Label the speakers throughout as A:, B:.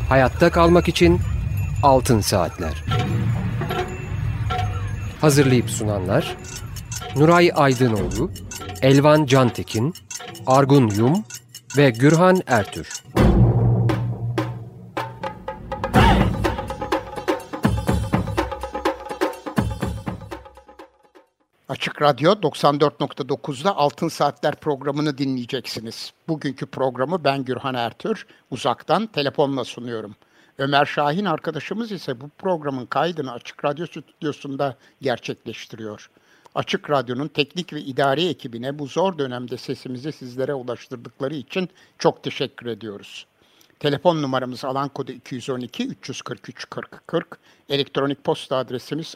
A: Hayatta kalmak için Altın Saatler. Hazırlayıp sunanlar Nuray Aydınoğlu, Elvan Cantekin, Argun Yum ve Gürhan Ertür.
B: Açık Radyo 94.9'da Altın Saatler programını dinleyeceksiniz. Bugünkü programı ben Gürhan Ertür, uzaktan telefonla sunuyorum. Ömer Şahin arkadaşımız ise bu programın kaydını Açık Radyo stüdyosunda gerçekleştiriyor. Açık Radyo'nun teknik ve idari ekibine bu zor dönemde sesimizi sizlere ulaştırdıkları için çok teşekkür ediyoruz. Telefon numaramız alan kodu 212 343 40 40. Elektronik posta adresimiz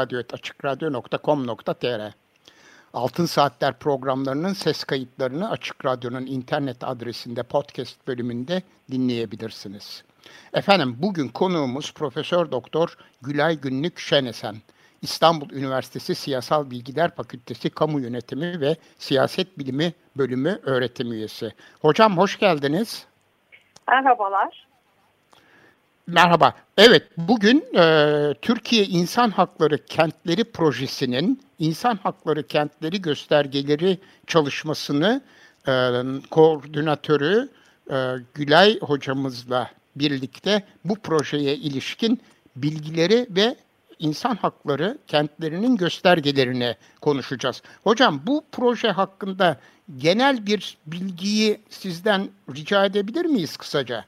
B: açıkradyo@açıkradyo.com.tr. Altın Saatler programlarının ses kayıtlarını Açık Radyo'nun internet adresinde podcast bölümünde dinleyebilirsiniz. Efendim bugün konuğumuz Profesör Doktor Gülay Günlük Şenesen. İstanbul Üniversitesi Siyasal Bilgiler Fakültesi Kamu Yönetimi ve Siyaset Bilimi Bölümü öğretim üyesi. Hocam hoş geldiniz.
C: Merhabalar.
B: Merhaba. Evet, bugün Türkiye İnsan Hakları Kentleri Projesi'nin İnsan Hakları Kentleri Göstergeleri çalışmasını koordinatörü Gülay hocamızla birlikte bu projeye ilişkin bilgileri ve insan hakları kentlerinin göstergelerini konuşacağız. Hocam bu proje hakkında genel bir bilgiyi sizden rica edebilir miyiz kısaca?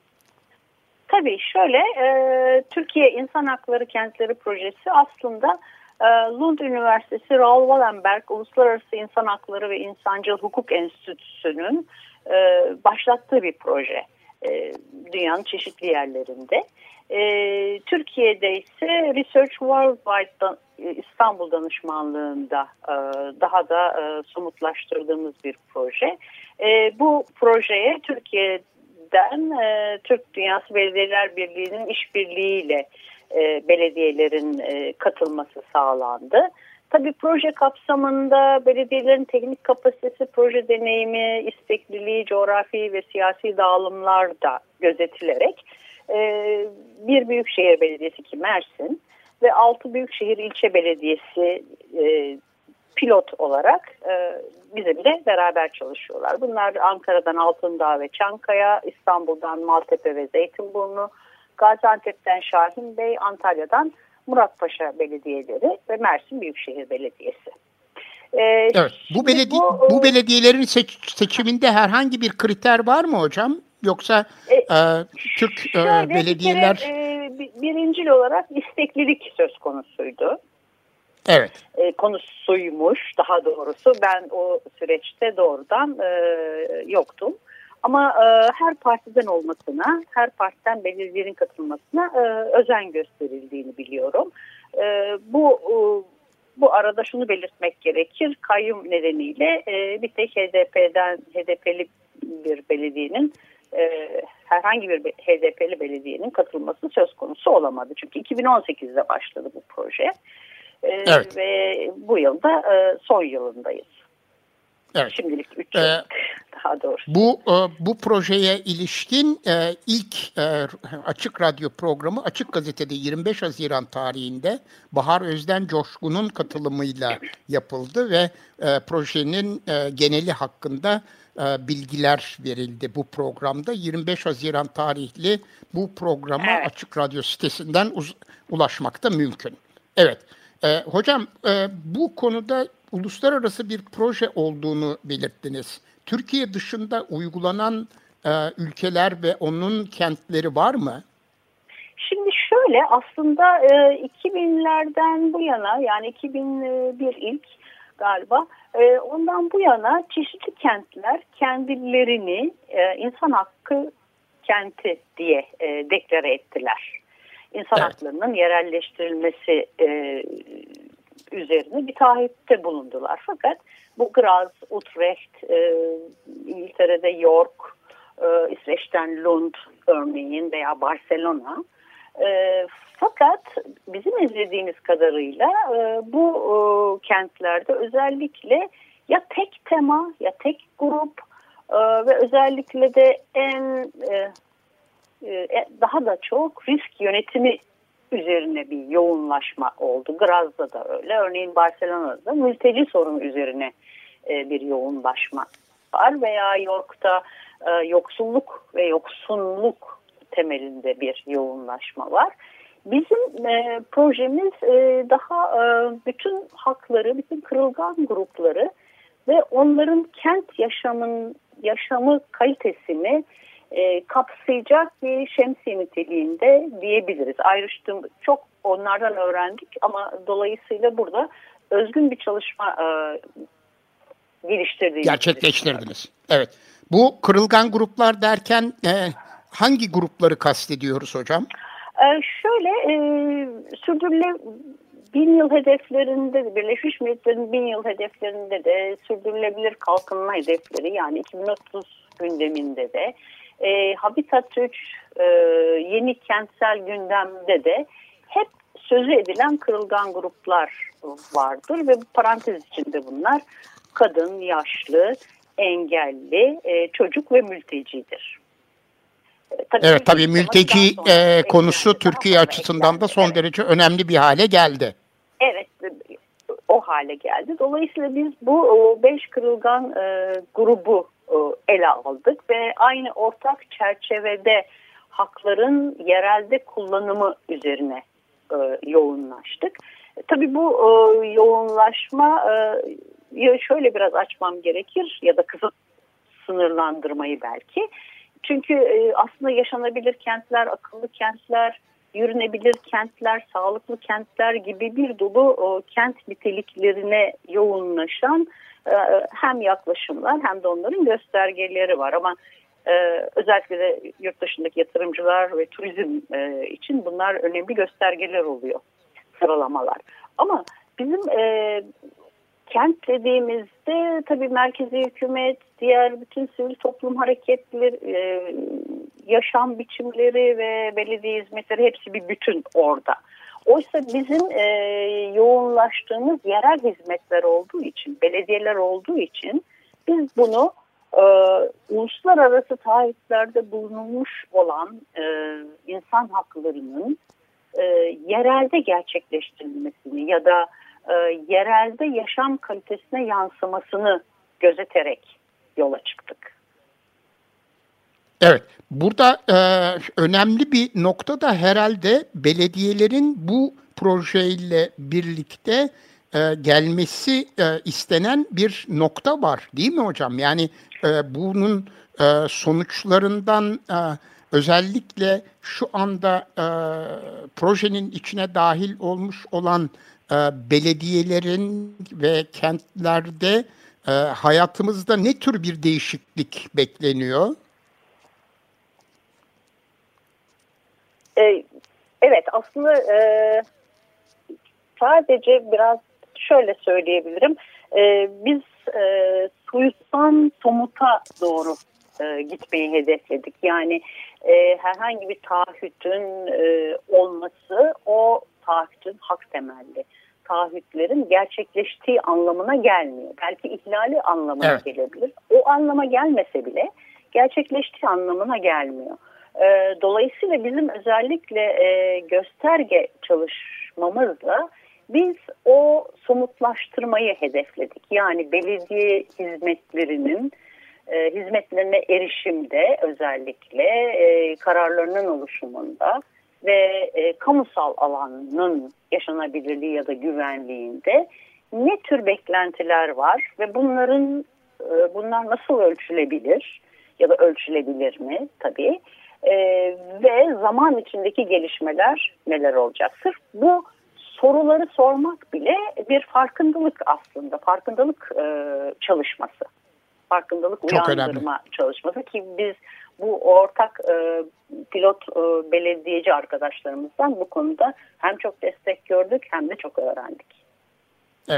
C: Tabii şöyle, Türkiye İnsan Hakları Kentleri Projesi aslında Lund Üniversitesi Raoul Wallenberg Uluslararası İnsan Hakları ve İnsancıl Hukuk Enstitüsü'nün başlattığı bir proje dünyanın çeşitli yerlerinde. Türkiye'de ise Research Worldwide İstanbul Danışmanlığı'nda daha da somutlaştırdığımız bir proje. Bu projeye Türkiye'den Türk Dünyası Belediyeler Birliği'nin işbirliğiyle belediyelerin katılması sağlandı. Tabii proje kapsamında belediyelerin teknik kapasitesi, proje deneyimi, istekliliği, coğrafi ve siyasi dağılımlar da gözetilerek bir büyükşehir belediyesi ki Mersin ve 6 büyükşehir ilçe belediyesi pilot olarak bizimle beraber çalışıyorlar. Bunlar Ankara'dan Altındağ ve Çankaya, İstanbul'dan Maltepe ve Zeytinburnu, Gaziantep'ten Şahinbey, Antalya'dan Muratpaşa belediyeleri ve Mersin Büyükşehir Belediyesi.
B: Evet, bu belediyelerin seçiminde herhangi bir kriter var mı hocam? Yoksa Türk belediyeler...
C: Birincil olarak isteklilik söz konusuydu.
B: Evet.
C: Konusuymuş daha doğrusu. Ben o süreçte doğrudan yoktum. Ama her partiden olmasına, her partiden belediyelerin katılmasına özen gösterildiğini biliyorum. Bu arada şunu belirtmek gerekir. Kayyum nedeniyle bir tek HDP'li bir belediyenin herhangi bir HDP'li belediyenin katılması söz konusu olamadı. Çünkü 2018'de başladı bu proje.
B: Evet.
C: Ve bu yılda son yılındayız.
B: Evet.
C: Şimdilik 3 yıl daha doğrusu.
B: Bu projeye ilişkin ilk Açık Radyo programı Açık Gazete'de 25 Haziran tarihinde Bahar Özden Coşkun'un katılımıyla yapıldı ve projenin geneli hakkında bilgiler verildi bu programda. 25 Haziran tarihli bu programa evet. Açık Radyo sitesinden ulaşmak da mümkün. Evet. Hocam bu konuda uluslararası bir proje olduğunu belirttiniz. Türkiye dışında uygulanan ülkeler ve onun kentleri var mı?
C: Şimdi şöyle aslında 2000'lerden bu yana yani 2001 ilk galiba ondan bu yana çeşitli kentler kendilerini insan hakkı kenti diye deklare ettiler. İnsan evet. haklarının yerelleştirilmesi üzerine bir taahhütte bulundular. Fakat bu Graz, Utrecht, İngiltere'de York, İsveç'ten Lund örneğin veya Barcelona. Fakat bizim izlediğimiz kadarıyla bu kentlerde özellikle ya tek tema ya tek grup ve özellikle de en daha da çok risk yönetimi üzerine bir yoğunlaşma oldu. Graz'da da öyle. Örneğin Barcelona'da mülteci sorunu üzerine bir yoğunlaşma var veya York'ta yoksulluk ve yoksunluk temelinde bir yoğunlaşma var. Bizim projemiz daha bütün hakları, bütün kırılgan grupları ve onların kent yaşamı kalitesini kapsayacak bir şemsiye niteliğinde diyebiliriz. Ayrıştığım çok onlardan öğrendik ama dolayısıyla burada özgün bir çalışma
B: gerçekleştirdiniz. Evet. Bu kırılgan gruplar derken hangi grupları kastediyoruz hocam?
C: Sürdürülebilir 1000 yıl hedeflerinde, Birleşmiş Milletler'in 1000 yıl hedeflerinde de sürdürülebilir kalkınma hedefleri yani 2030 gündeminde de Habitat 3 yeni kentsel gündemde de hep sözü edilen kırılgan gruplar vardır ve parantez içinde bunlar kadın, yaşlı, engelli, çocuk ve mültecidir.
B: Tabii mülteci konusu Türkiye açısından da son derece önemli bir hale geldi.
C: Evet, o hale geldi. Dolayısıyla biz bu 5 kırılgan grubu ele aldık ve aynı ortak çerçevede hakların yerelde kullanımı üzerine yoğunlaştık. Tabii bu yoğunlaşma şöyle biraz açmam gerekir ya da kısa sınırlandırmayı belki. Çünkü aslında yaşanabilir kentler, akıllı kentler, yürünebilir kentler, sağlıklı kentler gibi bir dolu kent niteliklerine yoğunlaşan hem yaklaşımlar hem de onların göstergeleri var. Ama özellikle de yurt dışındaki yatırımcılar ve turizm için bunlar önemli göstergeler oluyor, sıralamalar. Ama bizim kent dediğimizde tabii merkezi hükümet, diğer bütün sivil toplum hareketleri, yaşam biçimleri ve belediye hizmetleri hepsi bir bütün orada. Oysa bizim yoğunlaştığımız yerel hizmetler olduğu için, belediyeler olduğu için biz bunu uluslararası taahhütlerde bulunmuş olan insan haklarının yerelde gerçekleştirilmesini ya da yerelde yaşam kalitesine yansımasını gözeterek yola çıktık.
B: Evet, burada önemli bir nokta da herhalde belediyelerin bu projeyle birlikte gelmesi istenen bir nokta var, değil mi hocam? Yani bunun sonuçlarından özellikle şu anda projenin içine dahil olmuş olan belediyelerin ve kentlerde hayatımızda ne tür bir değişiklik bekleniyor?
C: Evet, aslında sadece biraz şöyle söyleyebilirim. Biz soyuttan somuta doğru gitmeyi hedefledik. Yani herhangi bir taahhütün olması o taahhütün hak temelli taahhütlerin gerçekleştiği anlamına gelmiyor. Belki ihlali anlamına gelebilir. O anlama gelmese bile gerçekleştiği anlamına gelmiyor. Dolayısıyla bizim özellikle gösterge çalışmamızla biz o somutlaştırmayı hedefledik. Yani belediye hizmetlerine erişimde özellikle kararlarının oluşumunda ve kamusal alanın yaşanabilirliği ya da güvenliğinde ne tür beklentiler var ve bunlar nasıl ölçülebilir ya da ölçülebilir mi tabii ve zaman içindeki gelişmeler neler olacak? Sırf bu soruları sormak bile bir farkındalık aslında, farkındalık çalışması, farkındalık uyandırma çalışması ki biz bu ortak pilot belediyeci arkadaşlarımızdan bu konuda hem çok destek gördük hem de çok öğrendik.
B: Evet.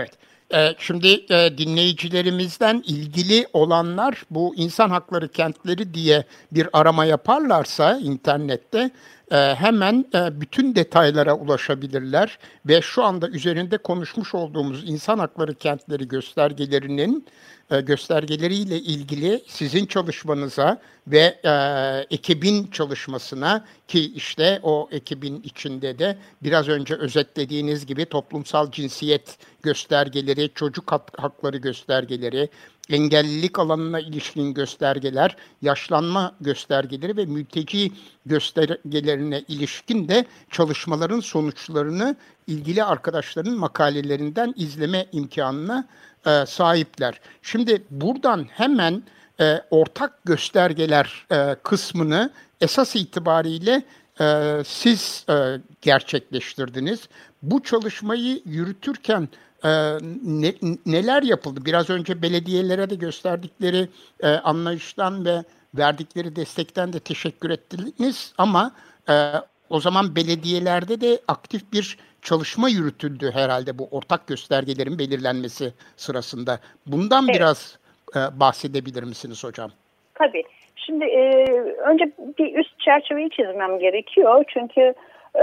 B: Şimdi dinleyicilerimizden ilgili olanlar bu insan hakları kentleri diye bir arama yaparlarsa internette hemen bütün detaylara ulaşabilirler ve şu anda üzerinde konuşmuş olduğumuz insan hakları kentleri göstergeleriyle ilgili sizin çalışmanıza ve ekibin çalışmasına, ki işte o ekibin içinde de biraz önce özetlediğiniz gibi toplumsal cinsiyet göstergeleri, çocuk hakları göstergeleri, engellilik alanına ilişkin göstergeler, yaşlanma göstergeleri ve mülteci göstergelerine ilişkin de çalışmaların sonuçlarını ilgili arkadaşların makalelerinden izleme imkanına sahipler. Şimdi buradan hemen ortak göstergeler kısmını esas itibariyle siz gerçekleştirdiniz. Bu çalışmayı yürütürken neler yapıldı? Biraz önce belediyelere de gösterdikleri anlayıştan ve verdikleri destekten de teşekkür ettiniz ama o zaman belediyelerde de aktif bir çalışma yürütüldü herhalde bu ortak göstergelerin belirlenmesi sırasında. Bundan
C: Evet.
B: biraz bahsedebilir misiniz hocam?
C: Tabii. Şimdi önce bir üst çerçeveyi çizmem gerekiyor. Çünkü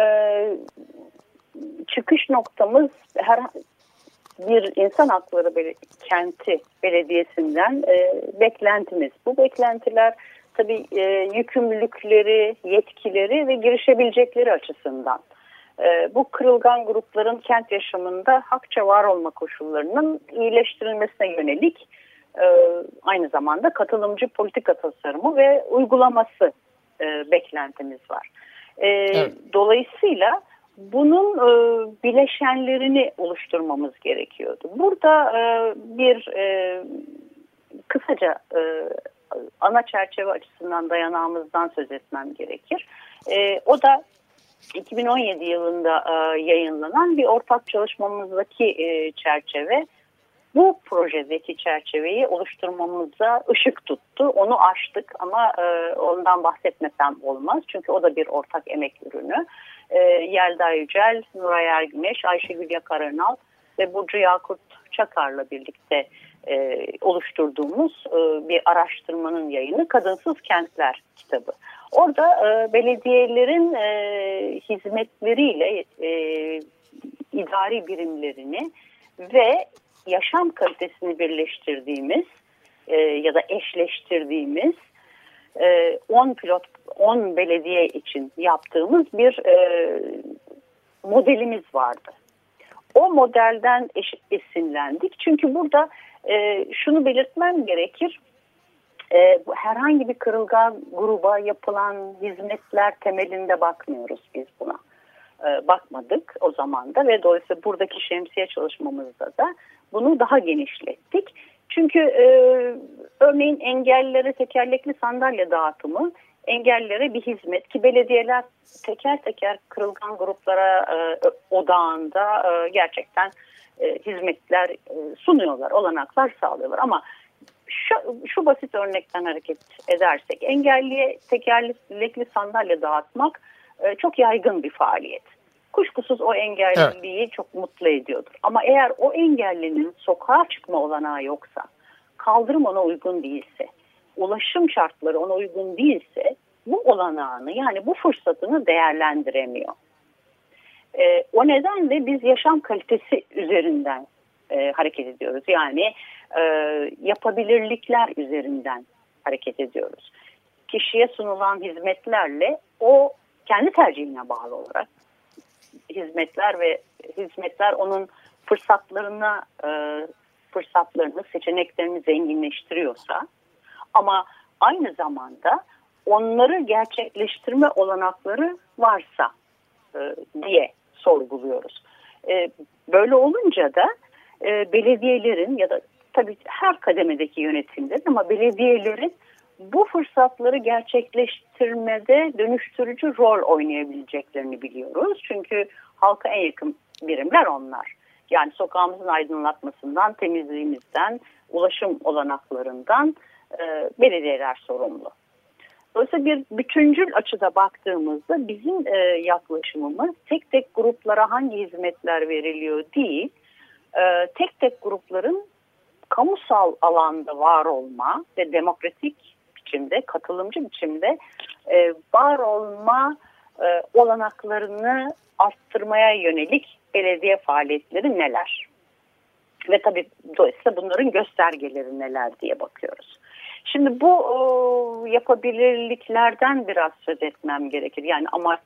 C: çıkış noktamız bir insan hakları kenti belediyesinden beklentimiz. Bu beklentiler tabii yükümlülükleri, yetkileri ve girişebilecekleri açısından. Bu kırılgan grupların kent yaşamında hakça var olma koşullarının iyileştirilmesine yönelik aynı zamanda katılımcı politika tasarımı ve uygulaması beklentimiz var.
B: Evet.
C: Dolayısıyla bunun bileşenlerini oluşturmamız gerekiyordu. Burada bir kısaca ana çerçeve açısından dayanağımızdan söz etmem gerekir. O da 2017 yılında yayınlanan bir ortak çalışmamızdaki çerçeve. Bu projedeki çerçeveyi oluşturmamıza ışık tuttu. Onu aştık ama ondan bahsetmesem olmaz. Çünkü o da bir ortak emek ürünü. Yelda Yücel, Nuray Ergüneş, Ayşegül Yakar-Önal ve Burcu Yakut Çakar'la birlikte oluşturduğumuz bir araştırmanın yayını Kadınsız Kentler kitabı. Orada belediyelerin hizmetleriyle idari birimlerini ve yaşam kalitesini birleştirdiğimiz ya da eşleştirdiğimiz 10 belediye için yaptığımız bir modelimiz vardı. O modelden esinlendik. Çünkü burada şunu belirtmem gerekir. Herhangi bir kırılgan gruba yapılan hizmetler temelinde bakmıyoruz biz buna. Bakmadık o zaman da ve dolayısıyla buradaki şemsiye çalışmamızda da bunu daha genişlettik. Çünkü örneğin engellilere tekerlekli sandalye dağıtımı, engellilere bir hizmet ki belediyeler teker teker kırılgan gruplara odağında gerçekten hizmetler sunuyorlar, olanaklar sağlıyorlar. Ama şu basit örnekten hareket edersek engelliye tekerlekli sandalye dağıtmak çok yaygın bir faaliyet. Kuşkusuz o engelliliği çok mutlu ediyordur. Ama eğer o engellinin sokağa çıkma olanağı yoksa, kaldırım ona uygun değilse, ulaşım şartları ona uygun değilse bu olanağını yani bu fırsatını değerlendiremiyor. O nedenle biz yaşam kalitesi üzerinden hareket ediyoruz. Yani yapabilirlikler üzerinden hareket ediyoruz. Kişiye sunulan hizmetlerle o kendi tercihine bağlı olarak hizmetler onun fırsatlarını, seçeneklerini zenginleştiriyorsa ama aynı zamanda onları gerçekleştirme olanakları varsa diye sorguluyoruz. Böyle olunca da belediyelerin ya da tabii her kademedeki yönetimlerin ama belediyelerin bu fırsatları gerçekleştirmede dönüştürücü rol oynayabileceklerini biliyoruz. Çünkü halka en yakın birimler onlar. Yani sokağımızın aydınlatmasından, temizliğimizden, ulaşım olanaklarından belediyeler sorumlu. Dolayısıyla bir bütüncül açıda baktığımızda bizim yaklaşımımız tek tek gruplara hangi hizmetler veriliyor değil, tek tek grupların kamusal alanda var olma ve demokratik biçimde, katılımcı biçimde var olma olanaklarını arttırmaya yönelik belediye faaliyetleri neler? Ve tabii dolayısıyla bunların göstergeleri neler diye bakıyoruz. Şimdi bu yapabilirliklerden biraz söz etmem gerekir. Yani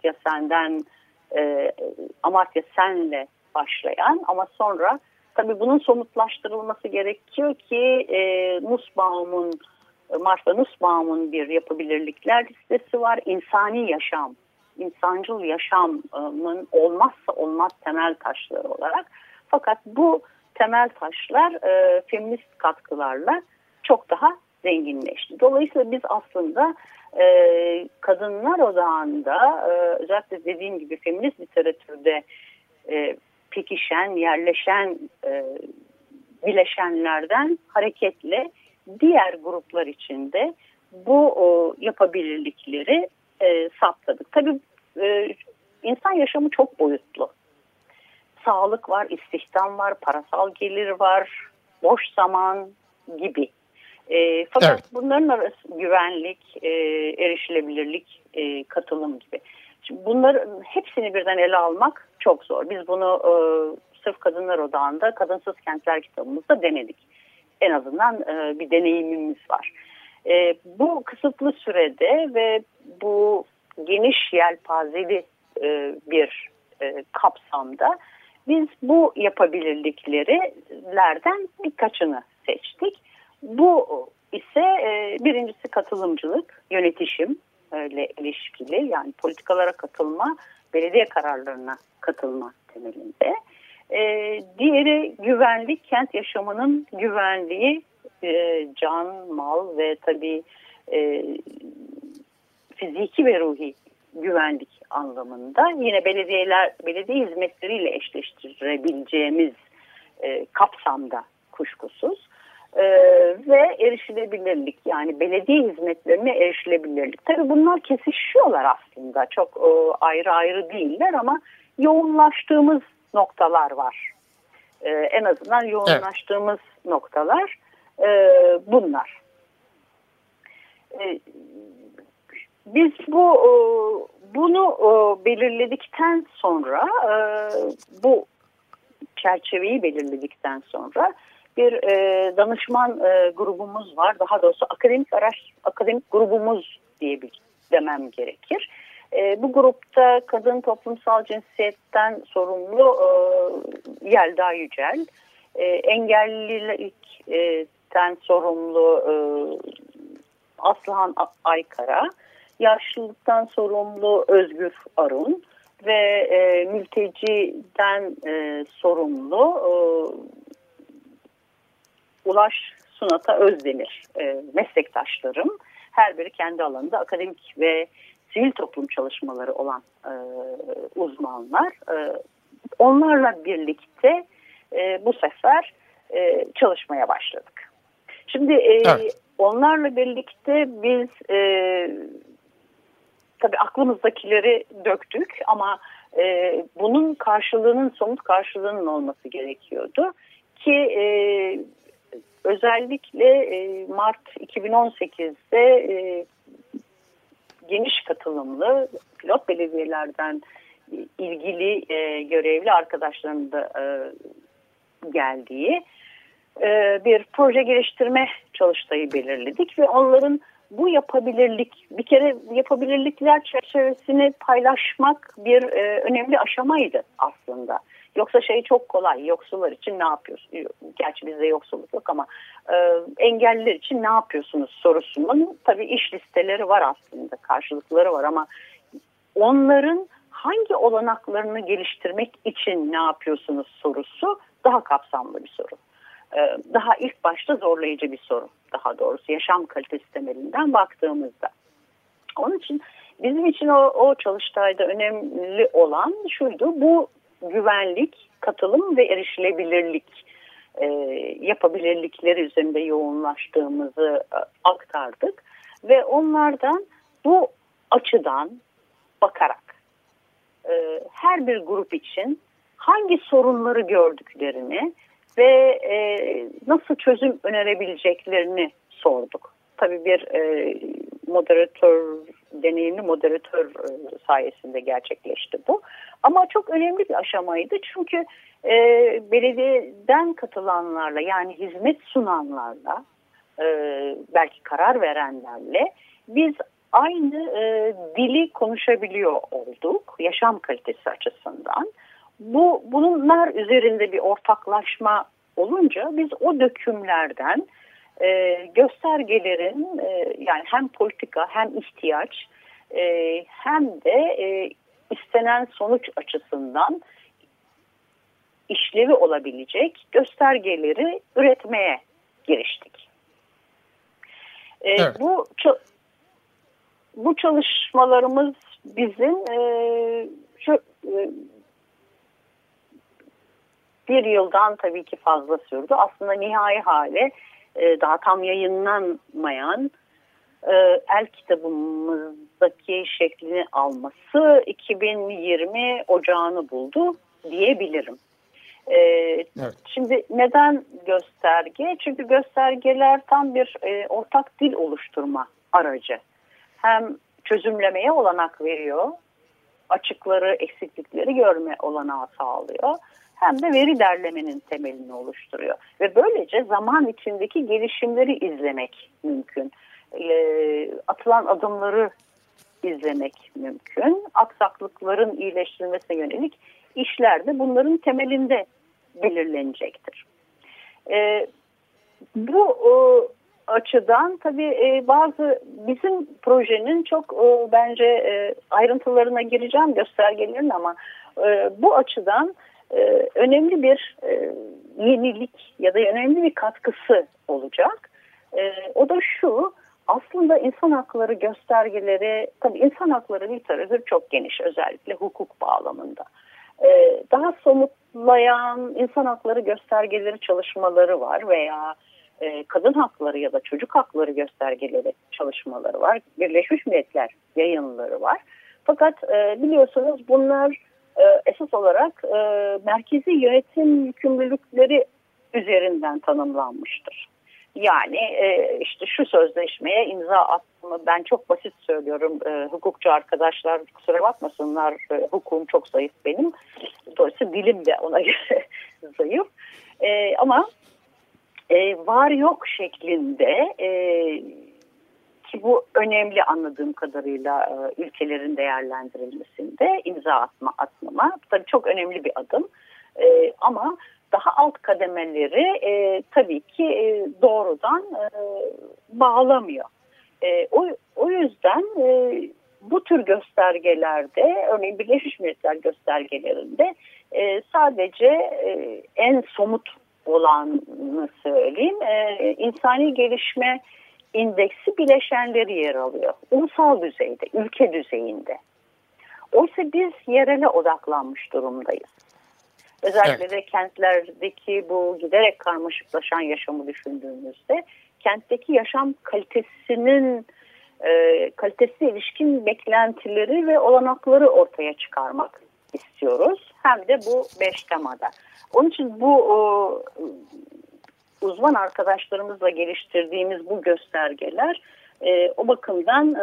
C: Amartya Sen'le başlayan ama sonra tabii bunun somutlaştırılması gerekiyor ki Martha Nussbaum'un bir yapabilirlikler listesi var. İnsani yaşam, insancıl yaşamın olmazsa olmaz temel taşları olarak. Fakat bu temel taşlar feminist katkılarla çok daha zenginleşti. Dolayısıyla biz aslında Kadınlar Odağı'nda özellikle dediğim gibi feminist literatürde pekişen, yerleşen bileşenlerden hareketle diğer gruplar içinde bu yapabilirlikleri saptadık. Tabii insan yaşamı çok boyutlu. Sağlık var, istihdam var, parasal gelir var, boş zaman gibi. Fakat evet, bunların arası güvenlik, erişilebilirlik, katılım gibi. Şimdi bunları hepsini birden ele almak çok zor. Biz bunu sırf Kadınlar Odağı'nda Kadınsız Kentler kitabımızda denedik. En azından bir deneyimimiz var. Bu kısıtlı sürede ve bu geniş yelpazeli bir kapsamda biz bu yapabilirliklerden birkaçını seçtik. Bu ise birincisi katılımcılık, yönetişimle ilişkili, yani politikalara katılma, belediye kararlarına katılma temelinde. Diğeri güvenlik, kent yaşamının güvenliği, can, mal ve tabii fiziki ve ruhi güvenlik anlamında. Yine belediye hizmetleriyle eşleştirebileceğimiz kapsamda kuşkusuz. Ve erişilebilirlik, yani belediye hizmetlerine erişilebilirlik. Tabii bunlar kesişiyorlar aslında. Çok ayrı ayrı değiller ama yoğunlaştığımız noktalar var. En azından yoğunlaştığımız noktalar bunlar. Biz bunu belirledikten sonra, bu çerçeveyi belirledikten sonra bir danışman grubumuz var. Daha doğrusu akademik grubumuz demem gerekir. Bu grupta kadın toplumsal cinsiyetten sorumlu Yelda Yücel, engellilikten sorumlu Aslıhan Aykara, yaşlılıktan sorumlu Özgür Arun ve mülteciden sorumlu Ulaş Sunata Özdemir meslektaşlarım. Her biri kendi alanında akademik ve sivil toplum çalışmaları olan uzmanlar. Onlarla birlikte bu sefer çalışmaya başladık. Şimdi evet, onlarla birlikte biz tabii aklımızdakileri döktük ama bunun somut karşılığının olması gerekiyordu ki özellikle Mart 2018'de geniş katılımlı pilot belediyelerden ilgili görevli arkadaşların da geldiği bir proje geliştirme çalıştayı belirledik ve onların bu bir kere yapabilirlikler çerçevesini paylaşmak bir önemli aşamaydı aslında. Yoksa çok kolay, yoksullar için ne yapıyorsunuz? Gerçi bizde yoksulluk yok ama engelliler için ne yapıyorsunuz sorusunun tabii iş listeleri var aslında, karşılıkları var ama onların hangi olanaklarını geliştirmek için ne yapıyorsunuz sorusu daha kapsamlı bir soru. Daha ilk başta zorlayıcı bir soru, daha doğrusu yaşam kalitesi temelinden baktığımızda. Onun için bizim için o çalıştayda önemli olan şuydu: bu güvenlik, katılım ve erişilebilirlik yapabilirlikleri üzerinde yoğunlaştığımızı aktardık ve onlardan bu açıdan bakarak her bir grup için hangi sorunları gördüklerini ve nasıl çözüm önerebileceklerini sorduk. Tabii bir deneyimli moderatör sayesinde gerçekleşti bu. Ama çok önemli bir aşamaydı çünkü belediyeden katılanlarla, yani hizmet sunanlarla, belki karar verenlerle biz aynı dili konuşabiliyor olduk yaşam kalitesi açısından. Bunlar üzerinde bir ortaklaşma olunca biz o dökümlerden göstergelerin yani hem politika hem ihtiyaç hem de istenen sonuç açısından işlevi olabilecek göstergeleri üretmeye giriştik.
B: Evet.
C: Bu çalışmalarımız bizim bir yıldan tabii ki fazla sürdü. Aslında nihai hale daha tam yayınlanmayan el kitabımızdaki şeklini alması 2020 Ocağı'nı buldu diyebilirim. Evet. Şimdi neden gösterge? Çünkü göstergeler tam bir ortak dil oluşturma aracı. Hem çözümlemeye olanak veriyor, açıkları, eksiklikleri görme olanağı sağlıyor. Hem de veri derlemenin temelini oluşturuyor. Ve böylece zaman içindeki gelişimleri izlemek mümkün. Atılan adımları izlemek mümkün. Aksaklıkların iyileştirilmesine yönelik işler de bunların temelinde belirlenecektir. Bu açıdan tabii bazı bizim projenin çok bence ayrıntılarına gireceğim göstergelerin ama bu açıdan önemli bir yenilik ya da önemli bir katkısı olacak. O da şu, aslında insan hakları göstergeleri, tabii insan hakları literatürü çok geniş, özellikle hukuk bağlamında. Daha somutlayan insan hakları göstergeleri çalışmaları var veya kadın hakları ya da çocuk hakları göstergeleri çalışmaları var. Birleşmiş Milletler yayınları var. Fakat biliyorsunuz bunlar esas olarak merkezi yönetim yükümlülükleri üzerinden tanımlanmıştır. Yani işte şu sözleşmeye imza atma, ben çok basit söylüyorum, hukukçu arkadaşlar kusura bakmasınlar, hukukum çok zayıf benim. Dolayısıyla dilim de ona göre zayıf. Ama var yok şeklinde ki bu önemli anladığım kadarıyla ülkelerin değerlendirilmesinde imza atmama tabii çok önemli bir adım. Ama daha alt kademeleri tabii ki doğrudan bağlamıyor. O yüzden bu tür göstergelerde, örneğin Birleşmiş Milletler göstergelerinde sadece en somut olanı söyleyeyim, insani gelişme indeksi bileşenleri yer alıyor. Ulusal düzeyde, ülke düzeyinde. Oysa biz yerele odaklanmış durumdayız. Özellikle de kentlerdeki bu giderek karmaşıklaşan yaşamı düşündüğümüzde kentteki yaşam kalitesine ilişkin beklentileri ve olanakları ortaya çıkarmak istiyoruz. Hem de bu 5 temada. Onun için bu uzman arkadaşlarımızla geliştirdiğimiz bu göstergeler o bakımdan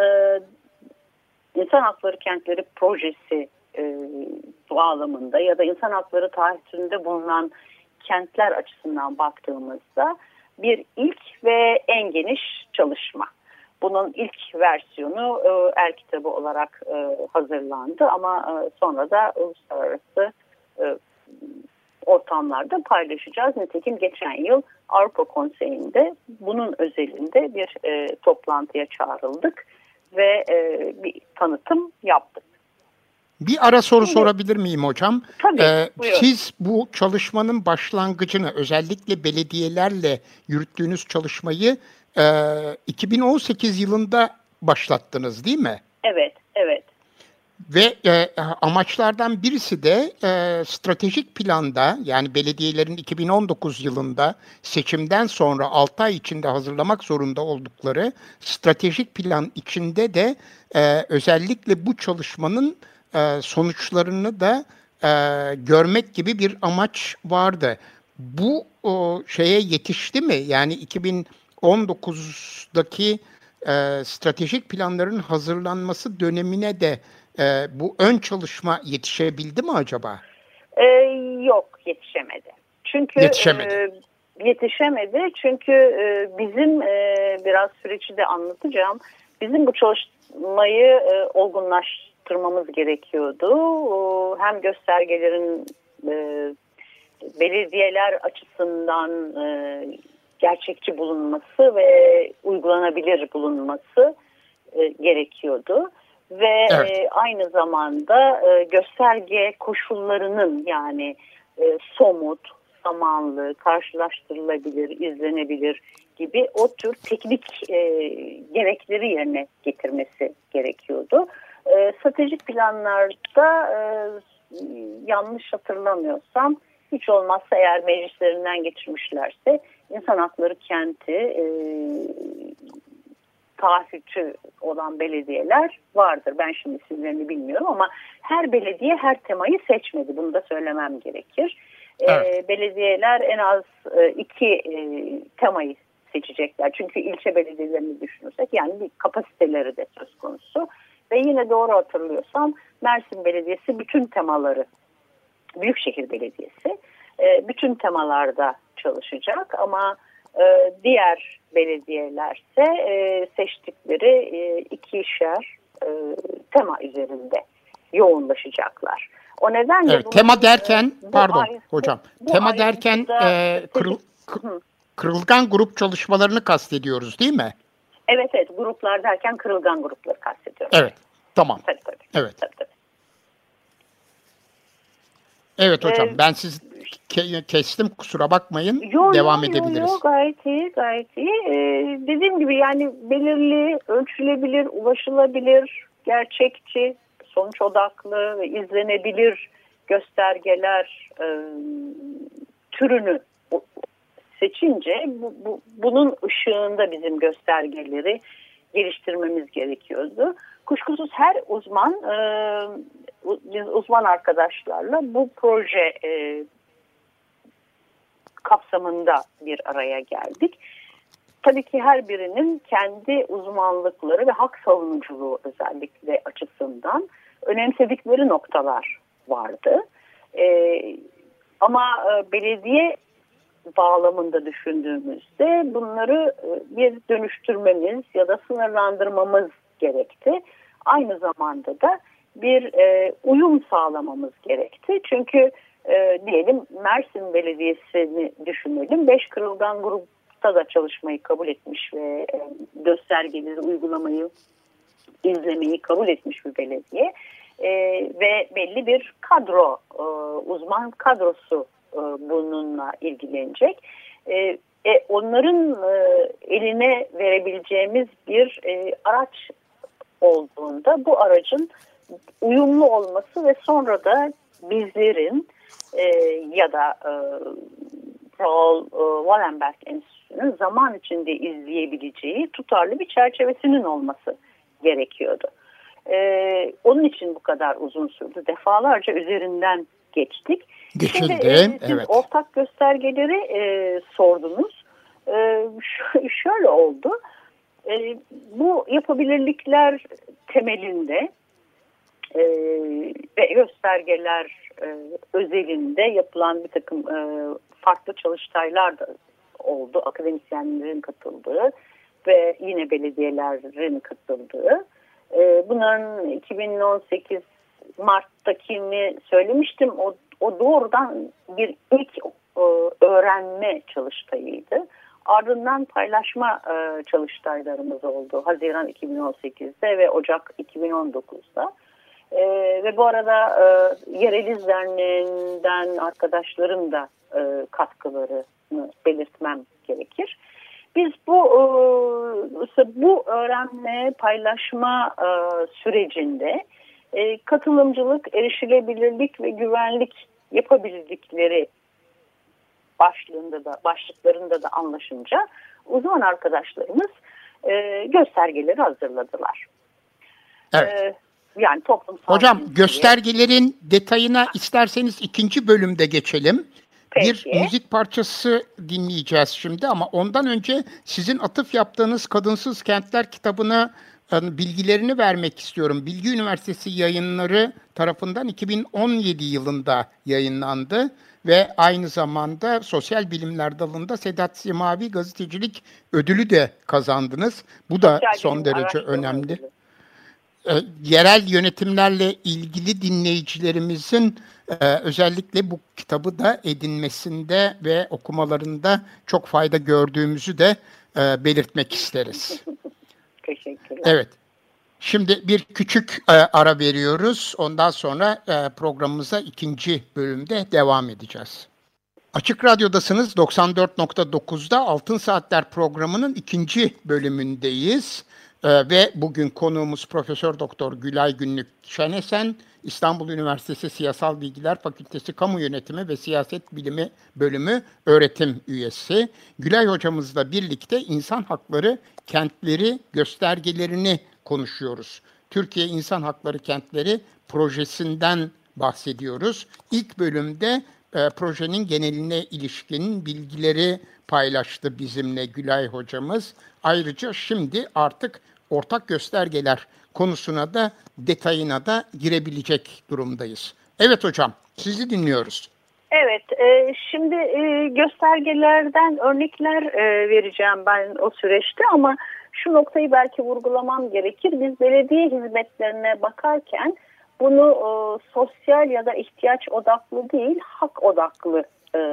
C: İnsan Hakları Kentleri projesi bağlamında ya da insan hakları taahhütünde bulunan kentler açısından baktığımızda bir ilk ve en geniş çalışma. Bunun ilk versiyonu el kitabı olarak hazırlandı ama sonra da uluslararası ortamlarda paylaşacağız. Nitekim geçen yıl Avrupa Konseyi'nde bunun özelinde bir toplantıya çağrıldık ve bir tanıtım yaptık.
B: Bir ara soru sorabilir miyim hocam?
C: Tabii,
B: siz bu çalışmanın başlangıcını, özellikle belediyelerle yürüttüğünüz çalışmayı 2018 yılında başlattınız değil mi?
C: Evet, evet.
B: Ve amaçlardan birisi de stratejik planda, yani belediyelerin 2019 yılında seçimden sonra 6 ay içinde hazırlamak zorunda oldukları stratejik plan içinde de özellikle bu çalışmanın sonuçlarını da görmek gibi bir amaç vardı. bu şeye yetişti mi? Yani 2019'daki stratejik planların hazırlanması dönemine de bu ön çalışma yetişebildi mi acaba?
C: Yok, yetişemedi. Çünkü yetişemedi çünkü bizim biraz süreci de anlatacağım. Bizim bu çalışmayı olgunlaştırmamız gerekiyordu. Hem göstergelerin belediyeler açısından gerçekçi bulunması ve uygulanabilir bulunması gerekiyordu. Ve evet, aynı zamanda gösterge koşullarının yani somut, zamanlı, karşılaştırılabilir, izlenebilir gibi o tür teknik gerekleri yerine getirmesi gerekiyordu. Stratejik planlarda yanlış hatırlamıyorsam hiç olmazsa eğer meclislerinden geçirmişlerse insan hakları kenti taahhütü olan belediyeler vardır. Ben şimdi isimlerini bilmiyorum ama her belediye her temayı seçmedi. Bunu da söylemem gerekir. Evet. Belediyeler en az 2 temayı seçecekler. Çünkü ilçe belediyelerini düşünürsek yani bir kapasiteleri de söz konusu. Ve yine doğru hatırlıyorsam Mersin Belediyesi bütün temaları, Büyükşehir Belediyesi bütün temalarda çalışacak ama diğer belediyelerse seçtikleri 2'şer tema üzerinde yoğunlaşacaklar. O nedenle
B: evet, tema derken hocam tema derken kırılgan grup çalışmalarını kastediyoruz değil mi?
C: Evet gruplar derken kırılgan grupları kastediyoruz.
B: Evet tamam. Tabii. Evet. Tabii. Evet hocam ben sizi kestim kusura bakmayın. Devam edebiliriz.
C: Yok gayet iyi. Dediğim gibi yani belirli, ölçülebilir, ulaşılabilir, gerçekçi, sonuç odaklı ve izlenebilir göstergeler türünü seçince bunun ışığında bizim göstergeleri geliştirmemiz gerekiyordu. Kuşkusuz her biz uzman arkadaşlarla bu proje kapsamında bir araya geldik. Tabii ki her birinin kendi uzmanlıkları ve hak savunuculuğu özellikle açısından önemsedikleri noktalar vardı. Ama belediye bağlamında düşündüğümüzde bunları bir dönüştürmemiz ya da sınırlandırmamız gerekti. Aynı zamanda da bir uyum sağlamamız gerekti. Çünkü diyelim Mersin Belediyesi'ni düşünelim. 5 kırılgan grupta da çalışmayı kabul etmiş ve göstergeleri uygulamayı, izlemeyi kabul etmiş bir belediye. Ve belli bir kadro, uzman kadrosu bununla ilgilenecek. Onların eline verebileceğimiz bir araç olduğunda bu aracın uyumlu olması ve sonra da bizlerin ya da Raoul Wallenberg Enstitüsü'nün zaman içinde izleyebileceği tutarlı bir çerçevesinin olması gerekiyordu. Onun için bu kadar uzun sürdü. Defalarca üzerinden geçtik.
B: Şimdi
C: siz ortak göstergeleri sordunuz. Şöyle oldu. Bu yapabilirlikler temelinde ve göstergeler özelinde yapılan bir takım farklı çalıştaylar da oldu. Akademisyenlerin katıldığı ve yine belediyelerin katıldığı. Bunların 2018 Mart'takini söylemiştim. O doğrudan bir ilk öğrenme çalıştayıydı. Ardından paylaşma çalıştaylarımız oldu. Haziran 2018'de ve Ocak 2019'da. Ve bu arada Yereliz Derneği'nden arkadaşların da katkılarını belirtmem gerekir. Biz bu öğrenme, paylaşma sürecinde katılımcılık, erişilebilirlik ve güvenlik yapabildikleri başlıklarında da anlaşınca uzman arkadaşlarımız göstergeleri hazırladılar.
B: Evet.
C: Yani toplumsal...
B: Hocam göstergelerin detayına isterseniz ikinci bölümde geçelim. Bir müzik parçası dinleyeceğiz şimdi ama ondan önce sizin atıf yaptığınız Kadınsız Kentler kitabına bilgilerini vermek istiyorum. Bilgi Üniversitesi Yayınları tarafından 2017 yılında yayınlandı ve aynı zamanda Sosyal Bilimler dalında Sedat Simavi Gazetecilik Ödülü de kazandınız. Bu da son derece önemli. Yerel yönetimlerle ilgili dinleyicilerimizin özellikle bu kitabı da edinmesinde ve okumalarında çok fayda gördüğümüzü de belirtmek isteriz.
C: Teşekkürler.
B: Evet. Şimdi bir küçük ara veriyoruz. Ondan sonra programımıza ikinci bölümde devam edeceğiz. Açık Radyo'dasınız. 94.9'da Altın Saatler programının ikinci bölümündeyiz. Ve bugün konuğumuz Profesör Doktor Gülay Günlük Şenesen, İstanbul Üniversitesi Siyasal Bilgiler Fakültesi Kamu Yönetimi ve Siyaset Bilimi Bölümü öğretim üyesi. Gülay hocamızla birlikte insan hakları kentleri göstergelerini konuşuyoruz. Türkiye İnsan Hakları Kentleri projesinden bahsediyoruz. İlk bölümde projenin geneline ilişkin bilgileri paylaştı bizimle Gülay hocamız. Ayrıca şimdi artık ortak göstergeler konusuna da detayına da girebilecek durumdayız. Evet hocam, sizi dinliyoruz.
C: Evet, şimdi göstergelerden örnekler vereceğim ben o süreçte ama şu noktayı belki vurgulamam gerekir. Biz belediye hizmetlerine bakarken bunu sosyal ya da ihtiyaç odaklı değil, hak odaklı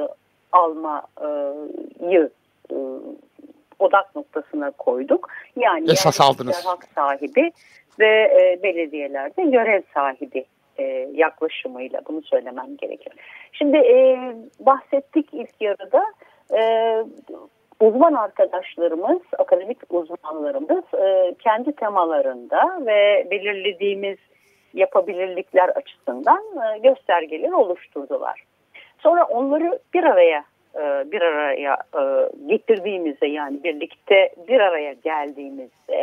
C: almayı odak noktasına koyduk. Yani
B: esas aldınız.
C: Hak sahibi ve belediyelerde görev sahibi yaklaşımıyla bunu söylemem gerekir. Şimdi bahsettik ilk yarıda uzman arkadaşlarımız, akademik uzmanlarımız kendi temalarında ve belirlediğimiz yapabilirlikler açısından göstergeler oluşturdular. Sonra onları bir araya getirdiğimizde, yani birlikte bir araya geldiğimizde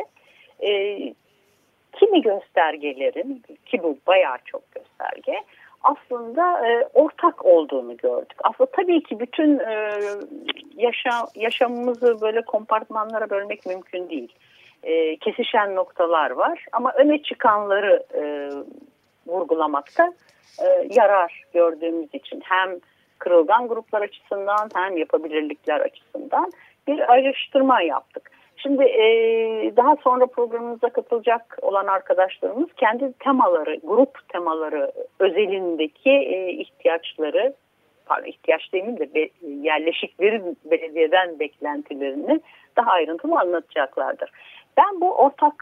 C: kimi göstergelerin, ki bu bayağı çok gösterge, aslında ortak olduğunu gördük. Aslında tabii ki bütün yaşamımızı böyle kompartmanlara bölmek mümkün değil. Kesişen noktalar var ama öne çıkanları vurgulamakta yarar gördüğümüz için hem kırılgan gruplar açısından hem yapabilirlikler açısından bir ayrıştırma yaptık. Şimdi daha sonra programımıza katılacak olan arkadaşlarımız kendi temaları, grup temaları özelindeki ihtiyaçları, ihtiyaç demeyeyim de yerleşikleri belediyeden beklentilerini daha ayrıntılı anlatacaklardır. Ben bu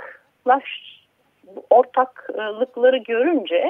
C: ortaklıkları görünce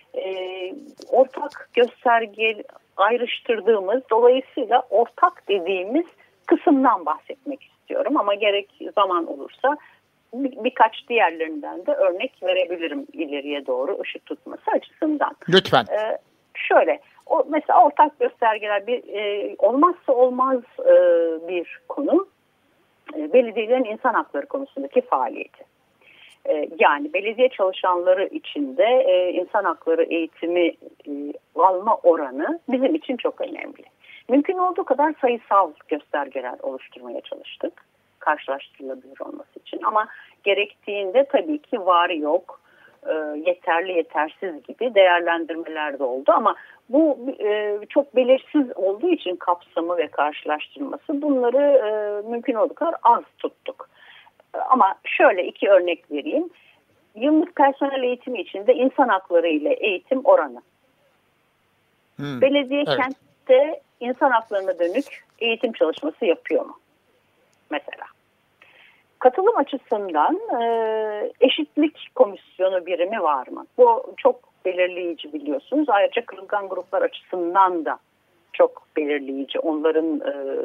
C: ortak gösterge ayrıştırdığımız, dolayısıyla ortak dediğimiz kısımdan bahsetmek istiyorum ama gerek zaman olursa birkaç diğerlerinden de örnek verebilirim ileriye doğru ışık tutması açısından.
B: Lütfen.
C: Şöyle, mesela ortak göstergeler olmazsa olmaz bir konu, belediyelerin insan hakları konusundaki faaliyeti. Yani belediye çalışanları içinde insan hakları eğitimi alma oranı bizim için çok önemli. Mümkün olduğu kadar sayısal göstergeler oluşturmaya çalıştık, karşılaştırılabilir olması için. Ama gerektiğinde tabii ki var yok, yeterli yetersiz gibi değerlendirmeler de oldu. Ama bu çok belirsiz olduğu için kapsamı ve karşılaştırması, bunları mümkün olduğu kadar az tuttuk. Ama şöyle iki örnek vereyim. Yıllık personel eğitimi içinde insan hakları ile eğitim oranı. Belediye kentte insan haklarına dönük eğitim çalışması yapıyor mu? Mesela. Katılım açısından eşitlik komisyonu birimi var mı? Bu çok belirleyici biliyorsunuz. Ayrıca kırılgan gruplar açısından da çok belirleyici. Onların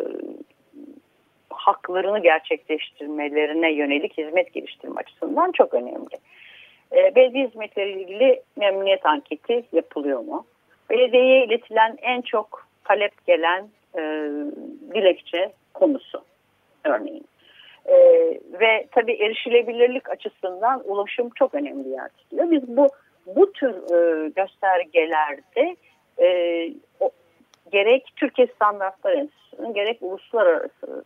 C: haklarını gerçekleştirmelerine yönelik hizmet geliştirme açısından çok önemli. Belediye hizmetleri ilgili memnuniyet anketi yapılıyor mu? Belediyeye iletilen en çok talep gelen dilekçe konusu örneğin. Ve tabii erişilebilirlik açısından ulaşım çok önemli yer tutuyor. Biz bu tür göstergelerde gerek Türkiye Standartlar Enstitüsü'nün gerek uluslararası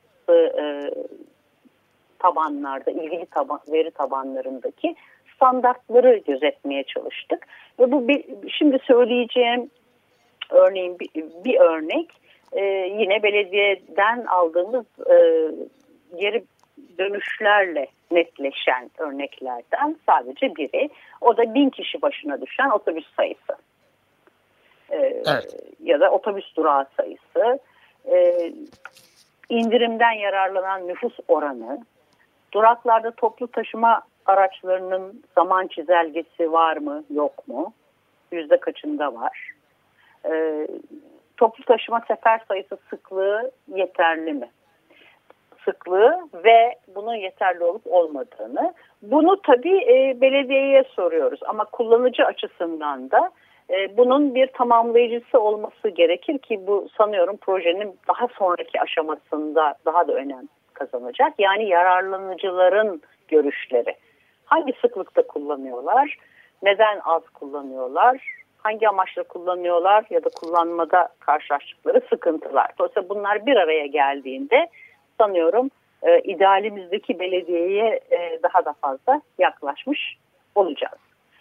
C: tabanlarda, ilgili veri tabanlarındaki standartları gözetmeye çalıştık. Ve bu şimdi söyleyeceğim örneğin bir örnek yine belediyeden aldığımız geri dönüşlerle netleşen örneklerden sadece biri. O da 1000 kişi başına düşen otobüs sayısı. Evet. Ya da otobüs durağı sayısı, indirimden yararlanan nüfus oranı, duraklarda toplu taşıma araçlarının zaman çizelgesi var mı, yok mu? Yüzde kaçında var? Toplu taşıma sefer sayısı, sıklığı yeterli mi? Sıklığı ve bunun yeterli olup olmadığını. Bunu tabii belediyeye soruyoruz ama kullanıcı açısından da bunun bir tamamlayıcısı olması gerekir ki bu sanıyorum projenin daha sonraki aşamasında daha da önem kazanacak. Yani yararlanıcıların görüşleri. Hangi sıklıkta kullanıyorlar? Neden az kullanıyorlar? Hangi amaçla kullanıyorlar ya da kullanmada karşılaştıkları sıkıntılar. Dolayısıyla bunlar bir araya geldiğinde sanıyorum idealimizdeki belediyeye daha da fazla yaklaşmış olacağız.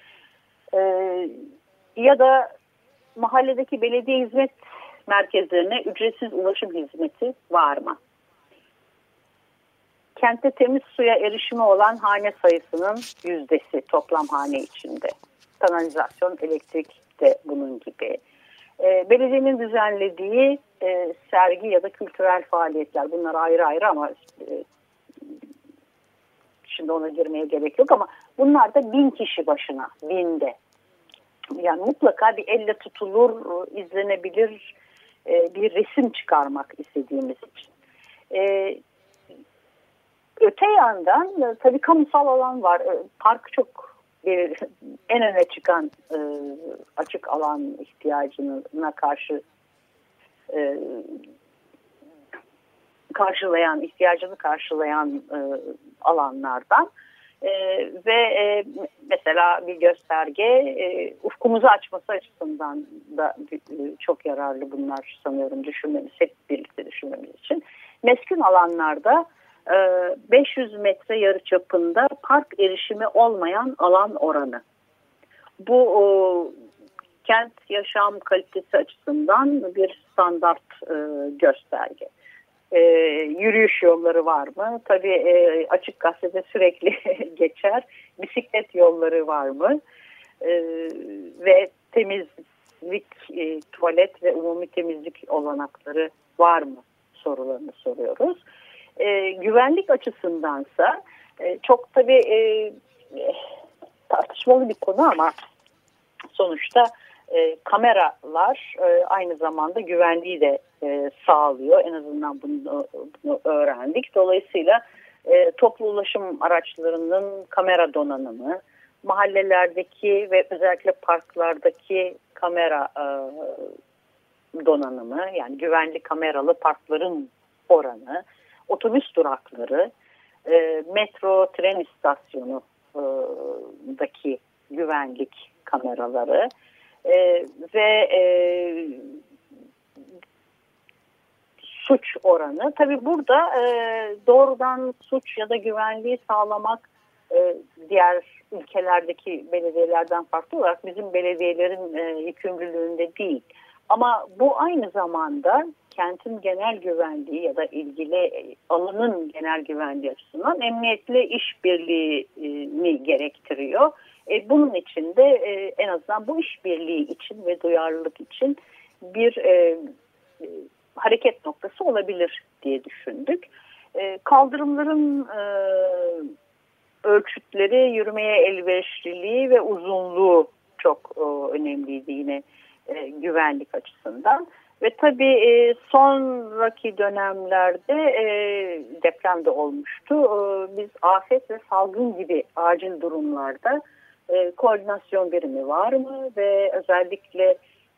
C: Ya da mahalledeki belediye hizmet merkezlerine ücretsiz ulaşım hizmeti var mı? Kentte temiz suya erişimi olan hane sayısının yüzdesi toplam hane içinde. Kanalizasyon, elektrik de bunun gibi. Belediyenin düzenlediği sergi ya da kültürel faaliyetler, bunlar ayrı ayrı ama şimdi ona girmeye gerek yok ama bunlar da 1000 kişi başına, 1000'de. Yani mutlaka bir elle tutulur, izlenebilir bir resim çıkarmak istediğimiz için. Öte yandan tabii kamusal alan var. Park çok en öne çıkan açık alan ihtiyacına karşı ihtiyacını karşılayan alanlardan ve mesela bir gösterge ufkumuzu açması açısından da çok yararlı bunlar sanıyorum düşünmemiz, hep birlikte düşünmemiz için. Meskun alanlarda 500 metre yarıçapında park erişimi olmayan alan oranı. Bu kent yaşam kalitesi açısından bir standart gösterge. Yürüyüş yolları var mı? Tabii Açık Gazete'de sürekli geçer. Bisiklet yolları var mı? Ve temizlik, tuvalet ve umumi temizlik olanakları var mı? Sorularını soruyoruz. Güvenlik açısındansa çok tabii tartışmalı bir konu ama sonuçta kameralar aynı zamanda güvenliği de sağlıyor. En azından bunu öğrendik. Dolayısıyla toplu ulaşım araçlarının kamera donanımı, mahallelerdeki ve özellikle parklardaki kamera donanımı, yani güvenli kameralı parkların oranı, otobüs durakları, metro, tren istasyonundaki güvenlik kameraları ve suç oranı. Tabii burada doğrudan suç ya da güvenliği sağlamak diğer ülkelerdeki belediyelerden farklı olarak bizim belediyelerin yükümlülüğünde değil. Ama bu aynı zamanda kentin genel güvenliği ya da ilgili alanın genel güvenliği açısından emniyetle işbirliğini gerektiriyor. Bunun için de en azından bu işbirliği için ve duyarlılık için bir hareket noktası olabilir diye düşündük. Kaldırımların ölçütleri, yürümeye elverişliliği ve uzunluğu çok önemliydi yine güvenlik açısından. Ve tabii sonraki dönemlerde deprem de olmuştu. Biz afet ve salgın gibi acil durumlarda koordinasyon birimi var mı? Ve özellikle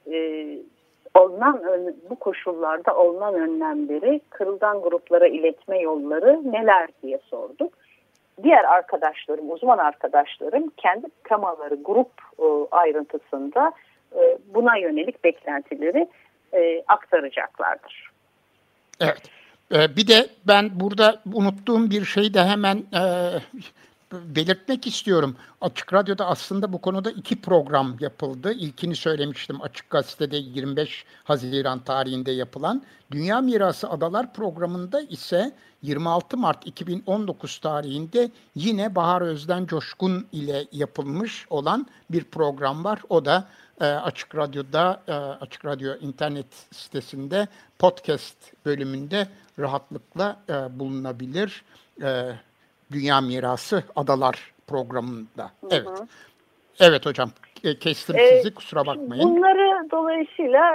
C: bu koşullarda alınan önlemleri kırılgan gruplara iletme yolları neler diye sorduk. Diğer arkadaşlarım, uzman arkadaşlarım kendi temaları, grup ayrıntısında buna yönelik beklentileri aktaracaklardır.
B: Evet. Bir de ben burada unuttuğum bir şeyi de hemen belirtmek istiyorum. Açık Radyo'da aslında bu konuda 2 program yapıldı. İlkini söylemiştim, Açık Gazete'de 25 Haziran tarihinde yapılan. Dünya Mirası Adalar programında ise 26 Mart 2019 tarihinde yine Bahar Özden Coşkun ile yapılmış olan bir program var. O da Açık Radyo'da, Açık Radyo internet sitesinde podcast bölümünde rahatlıkla bulunabilir. Dünya Mirası Adalar programında. Evet.
C: Hı hı.
B: Evet hocam. Kestim sizi. Kusura bakmayın.
C: Bunları dolayısıyla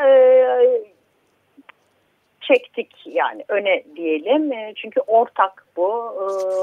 C: çektik yani öne diyelim. Çünkü ortak bu.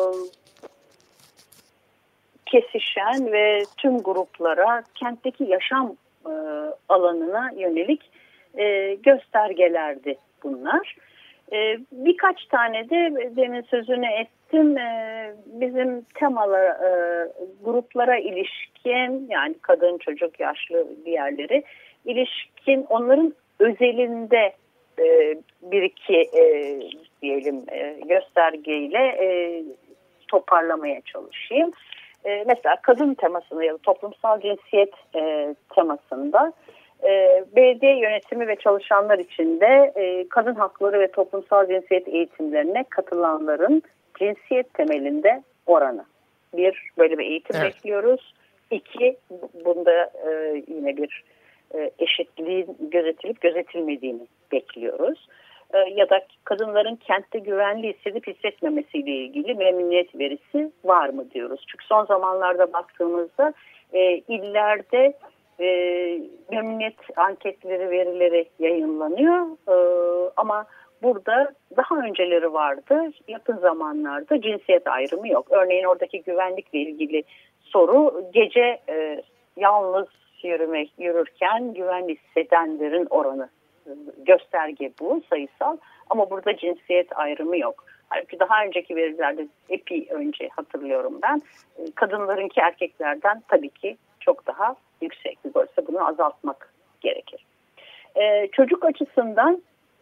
C: Kesişen ve tüm gruplara kentteki yaşam alanına yönelik göstergelerdi bunlar. Birkaç tane de demin sözünü ettim bizim temalar gruplara ilişkin yani kadın, çocuk, yaşlı diğerleri ilişkin onların özelinde bir iki diyelim göstergeyle toparlamaya çalışayım. Mesela kadın temasında ya da toplumsal cinsiyet temasında belediye yönetimi ve çalışanlar içinde kadın hakları ve toplumsal cinsiyet eğitimlerine katılanların cinsiyet temelinde oranı. Bir, böyle bir eğitim bekliyoruz. İki, bunda yine bir eşitliğin gözetilip gözetilmediğini bekliyoruz. Ya da kadınların kentte güvenli hissedip hissetmemesiyle ilgili memnuniyet verisi var mı diyoruz. Çünkü son zamanlarda baktığımızda illerde memnuniyet anketleri, verileri yayınlanıyor. Ama burada daha önceleri vardı. Yakın zamanlarda cinsiyet ayrımı yok. Örneğin oradaki güvenlikle ilgili soru gece yalnız yürürken güvenli hissedenlerin oranı. Gösterge bu sayısal ama burada cinsiyet ayrımı yok. Halbuki daha önceki verilerde epey önce hatırlıyorum ben kadınlarınki erkeklerden tabii ki çok daha yüksek. Dolayısıyla bunu azaltmak gerekir. Çocuk açısından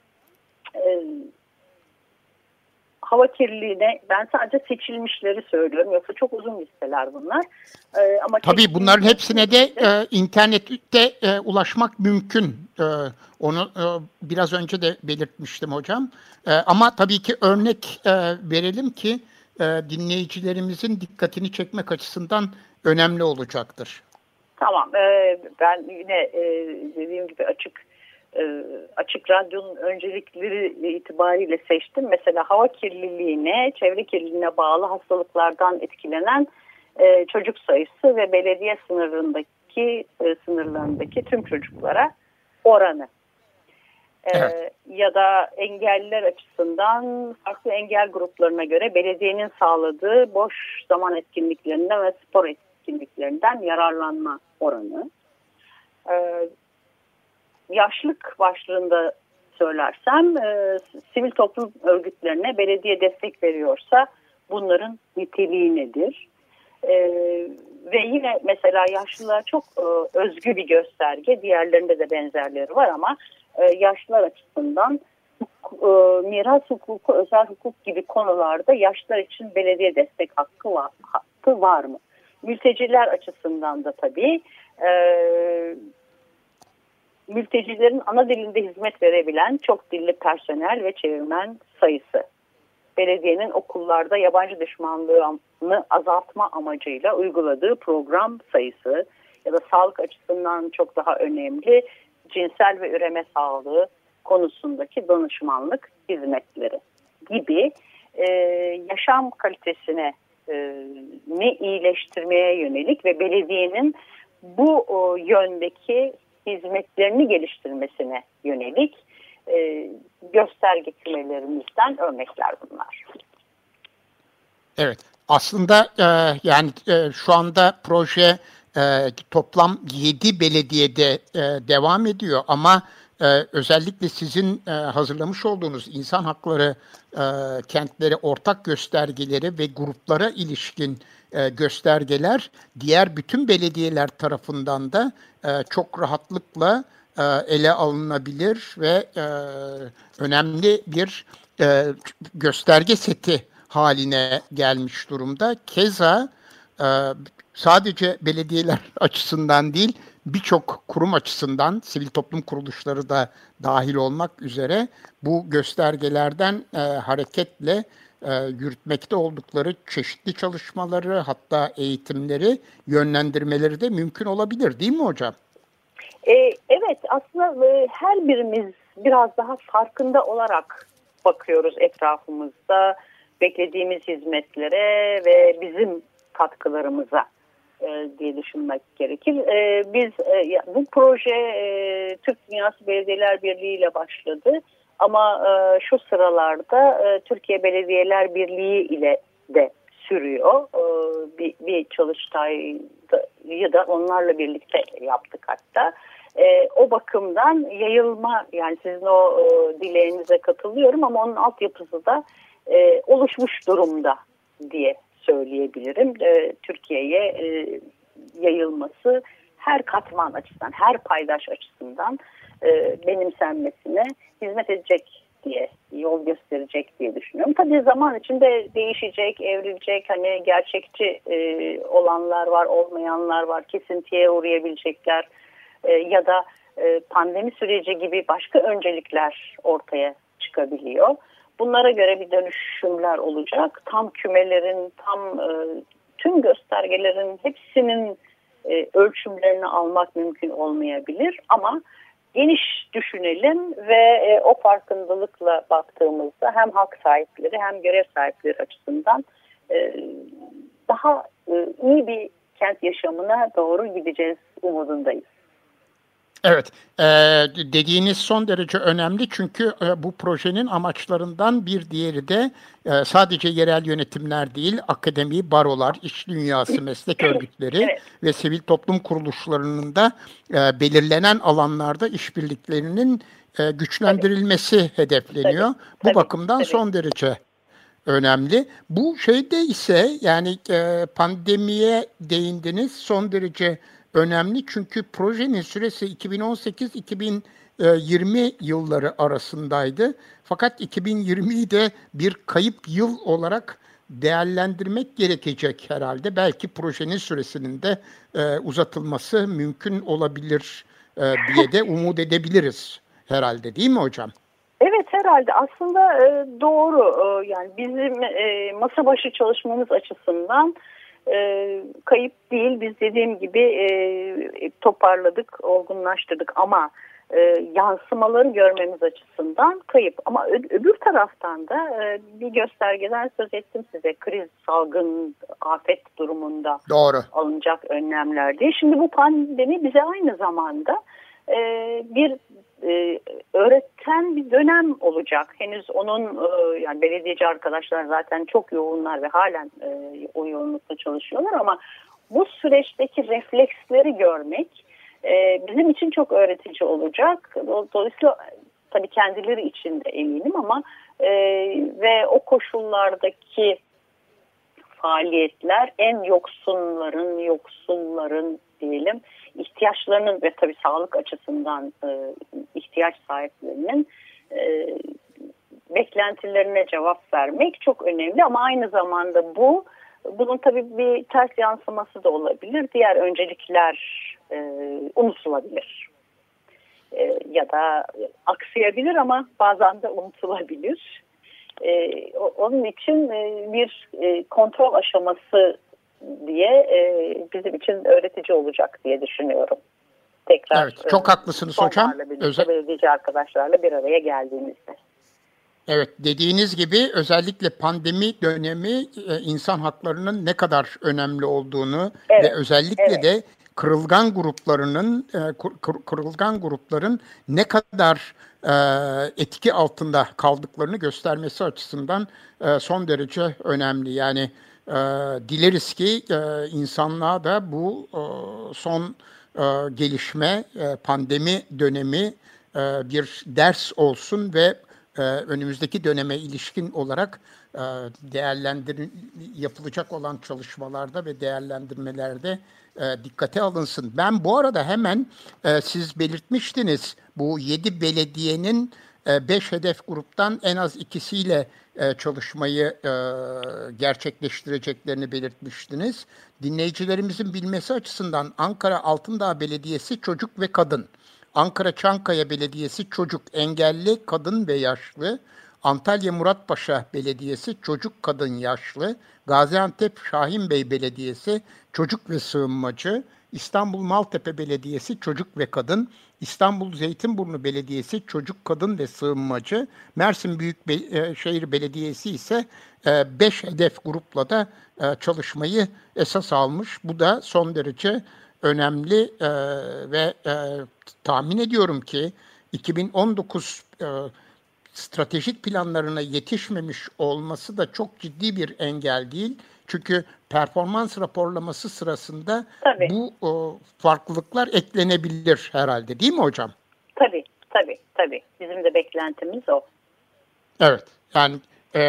C: hava kirliliğine ben sadece seçilmişleri söylüyorum. Yoksa çok uzun listeler bunlar. Ama
B: tabii bunların hepsine de internette ulaşmak mümkün. Onu biraz önce de belirtmiştim hocam. Ama tabii ki örnek verelim ki dinleyicilerimizin dikkatini çekmek açısından önemli olacaktır.
C: Tamam. Ben yine dediğim gibi Açık Radyo'nun öncelikleri itibariyle seçtim. Mesela hava kirliliğine, çevre kirliliğine bağlı hastalıklardan etkilenen çocuk sayısı ve belediye sınırlarındaki tüm çocuklara oranı. Evet. Ya da engelliler açısından farklı engel gruplarına göre belediyenin sağladığı boş zaman etkinliklerinden ve spor etkinliklerinden yararlanma oranı. Yaşlık başlığında söylersem sivil toplum örgütlerine belediye destek veriyorsa bunların niteliği nedir? Ve yine mesela yaşlılar çok özgü bir gösterge. Diğerlerinde de benzerleri var ama yaşlılar açısından miras hukuku, özel hukuk gibi konularda yaşlılar için belediye destek hakkı var mı? Mülteciler açısından da tabii mültecilerin ana dilinde hizmet verebilen çok dilli personel ve çevirmen sayısı. Belediyenin okullarda yabancı düşmanlığını azaltma amacıyla uyguladığı program sayısı ya da sağlık açısından çok daha önemli cinsel ve üreme sağlığı konusundaki danışmanlık hizmetleri gibi yaşam kalitesine ne iyileştirmeye yönelik ve belediyenin bu yöndeki hizmetlerini geliştirmesine yönelik gösterge kümelerimizden örnekler bunlar.
B: Evet, aslında yani şu anda proje toplam 7 belediyede devam ediyor ama özellikle sizin hazırlamış olduğunuz insan hakları kentleri ortak göstergeleri ve gruplara ilişkin göstergeler diğer bütün belediyeler tarafından da çok rahatlıkla ele alınabilir ve önemli bir gösterge seti haline gelmiş durumda. Keza sadece belediyeler açısından değil, birçok kurum açısından, sivil toplum kuruluşları da dahil olmak üzere bu göstergelerden hareketle yürütmekte oldukları çeşitli çalışmaları, hatta eğitimleri, yönlendirmeleri de mümkün olabilir, değil mi hocam?
C: Evet, aslında her birimiz biraz daha farkında olarak bakıyoruz etrafımızda, beklediğimiz hizmetlere ve bizim katkılarımıza diye düşünmek gerekir. Biz bu proje Türk Dünyası Belediyeler Birliği ile başladı ama şu sıralarda Türkiye Belediyeler Birliği ile de sürüyor. Bir çalıştayı da onlarla birlikte yaptık hatta. O bakımdan yayılma, yani sizin o dileğinize katılıyorum ama onun altyapısı da oluşmuş durumda diye söyleyebilirim. Türkiye'ye yayılması her katman açısından, her paydaş açısından benimsenmesine hizmet edecek diye, yol gösterecek diye düşünüyorum. Tabii zaman içinde değişecek, evrilecek, hani gerçekçi olanlar var, olmayanlar var, kesintiye uğrayabilecekler ya da pandemi süreci gibi başka öncelikler ortaya çıkabiliyor. Bunlara göre bir dönüşümler olacak. Tam kümelerin, tüm göstergelerin hepsinin ölçümlerini almak mümkün olmayabilir. Ama geniş düşünelim ve o farkındalıkla baktığımızda hem hak sahipleri hem görev sahipleri açısından daha iyi bir kent yaşamına doğru gideceğiz umudundayız.
B: Evet, dediğiniz son derece önemli çünkü bu projenin amaçlarından bir diğeri de sadece yerel yönetimler değil, akademi, barolar, iş dünyası, meslek örgütleri
C: evet.
B: ve sivil toplum kuruluşlarının da belirlenen alanlarda işbirliklerinin güçlendirilmesi hedefleniyor. Bu bakımdan son derece önemli. Bu şeyde ise yani pandemiye değindiniz, son derece önemli çünkü projenin süresi 2018-2020 yılları arasındaydı. Fakat 2020'yi de bir kayıp yıl olarak değerlendirmek gerekecek herhalde. Belki projenin süresinin de uzatılması mümkün olabilir diye de umut edebiliriz herhalde, değil mi hocam?
C: Evet, herhalde aslında doğru. Yani bizim masa başı çalışmamız açısından kayıp değil. Biz dediğim gibi toparladık, olgunlaştırdık ama yansımaları görmemiz açısından kayıp. Ama öbür taraftan da bir göstergeden söz ettim size. Kriz, salgın, afet durumunda
B: doğru
C: alınacak önlemler diye. Şimdi bu pandemi bize aynı zamanda bir öğreten bir dönem olacak. Henüz onun yani belediyeci arkadaşlar zaten çok yoğunlar ve halen o yoğunlukta çalışıyorlar ama bu süreçteki refleksleri görmek bizim için çok öğretici olacak. Dolayısıyla tabii kendileri için de eminim ama ve o koşullardaki faaliyetler en yoksulların diyelim ihtiyaçlarının ve tabii sağlık açısından ihtiyaç sahiplerinin beklentilerine cevap vermek çok önemli ama aynı zamanda bunun tabii bir ters yansıması da olabilir. Diğer öncelikler unutulabilir ya da aksayabilir ama bazen de unutulabilir. Onun için bir kontrol aşaması diye bizim için öğretici olacak diye düşünüyorum. Tekrar
B: evet, çok haklısınız hocam.
C: Belediye arkadaşlarla bir araya geldiğimizde.
B: Evet, dediğiniz gibi özellikle pandemi dönemi insan haklarının ne kadar önemli olduğunu ve özellikle de kırılgan grupların ne kadar etki altında kaldıklarını göstermesi açısından son derece önemli. Yani dileriz ki insanlığa da bu son gelişme, pandemi dönemi bir ders olsun ve önümüzdeki döneme ilişkin olarak yapılacak olan çalışmalarda ve değerlendirmelerde dikkate alınsın. Ben bu arada hemen siz belirtmiştiniz bu 7 belediyenin 5 hedef gruptan en az ikisiyle çalışmayı gerçekleştireceklerini belirtmiştiniz. Dinleyicilerimizin bilmesi açısından Ankara Altındağ Belediyesi Çocuk ve Kadın, Ankara Çankaya Belediyesi Çocuk, Engelli, Kadın ve Yaşlı, Antalya Muratpaşa Belediyesi Çocuk, Kadın, Yaşlı, Gaziantep Şahinbey Belediyesi Çocuk ve Sığınmacı, İstanbul Maltepe Belediyesi Çocuk ve Kadın, İstanbul Zeytinburnu Belediyesi Çocuk, Kadın ve Sığınmacı, Mersin Büyükşehir Belediyesi ise 5 hedef grupla da çalışmayı esas almış. Bu da son derece önemli ve tahmin ediyorum ki 2019 stratejik planlarına yetişmemiş olması da çok ciddi bir engel değil. Çünkü performans raporlaması sırasında bu farklılıklar eklenebilir herhalde, değil mi hocam?
C: Tabii. Bizim de beklentimiz o.
B: Evet, yani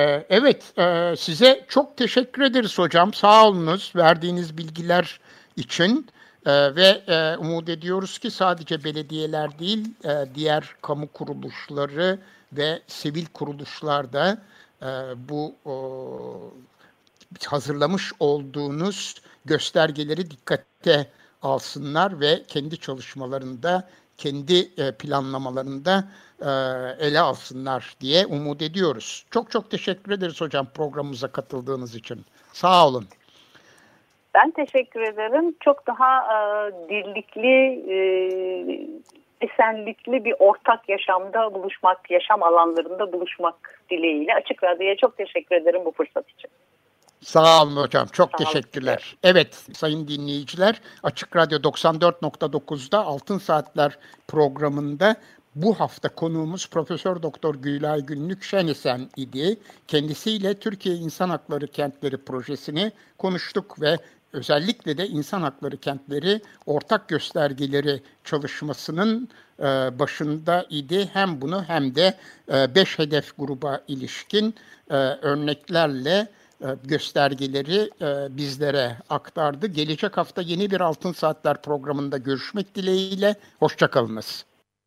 B: size çok teşekkür ederiz hocam. Sağ olunuz verdiğiniz bilgiler için ve umut ediyoruz ki sadece belediyeler değil, diğer kamu kuruluşları ve sivil kuruluşlar da bu hazırlamış olduğunuz göstergeleri dikkate alsınlar ve kendi çalışmalarında, kendi planlamalarında ele alsınlar diye umut ediyoruz. Çok çok teşekkür ederiz hocam programımıza katıldığınız için. Sağ olun.
C: Ben teşekkür ederim. Çok daha dirlikli, esenlikli bir ortak yaşamda buluşmak, yaşam alanlarında buluşmak dileğiyle. Açık Radyo'ya çok teşekkür ederim bu fırsat için.
B: Sağ olun hocam. Çok teşekkürler. Evet sayın dinleyiciler, Açık Radyo 94.9'da Altın Saatler programında bu hafta konuğumuz Profesör Doktor Gülay Günlük Şenesen idi. Kendisiyle Türkiye İnsan Hakları Kentleri projesini konuştuk ve özellikle de İnsan Hakları Kentleri ortak göstergeleri çalışmasının başında idi. Hem bunu hem de 5 hedef gruba ilişkin örneklerle göstergeleri bizlere aktardı. Gelecek hafta yeni bir Altın Saatler programında görüşmek dileğiyle. Hoşçakalınız.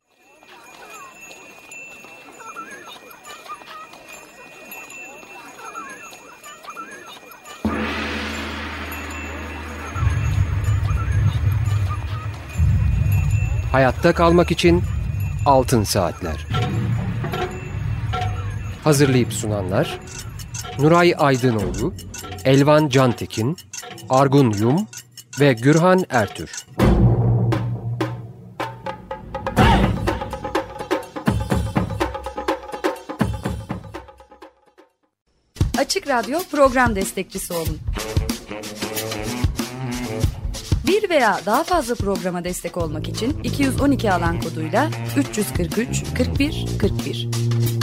A: Hayatta kalmak için Altın Saatler. Hazırlayıp sunanlar Nuray Aydınoğlu, Elvan Cantekin, Argun Yum ve Gürhan Ertür.
D: Açık Radyo program destekçisi olun. Bir veya daha fazla programa destek olmak için 212 alan koduyla 343 41 41.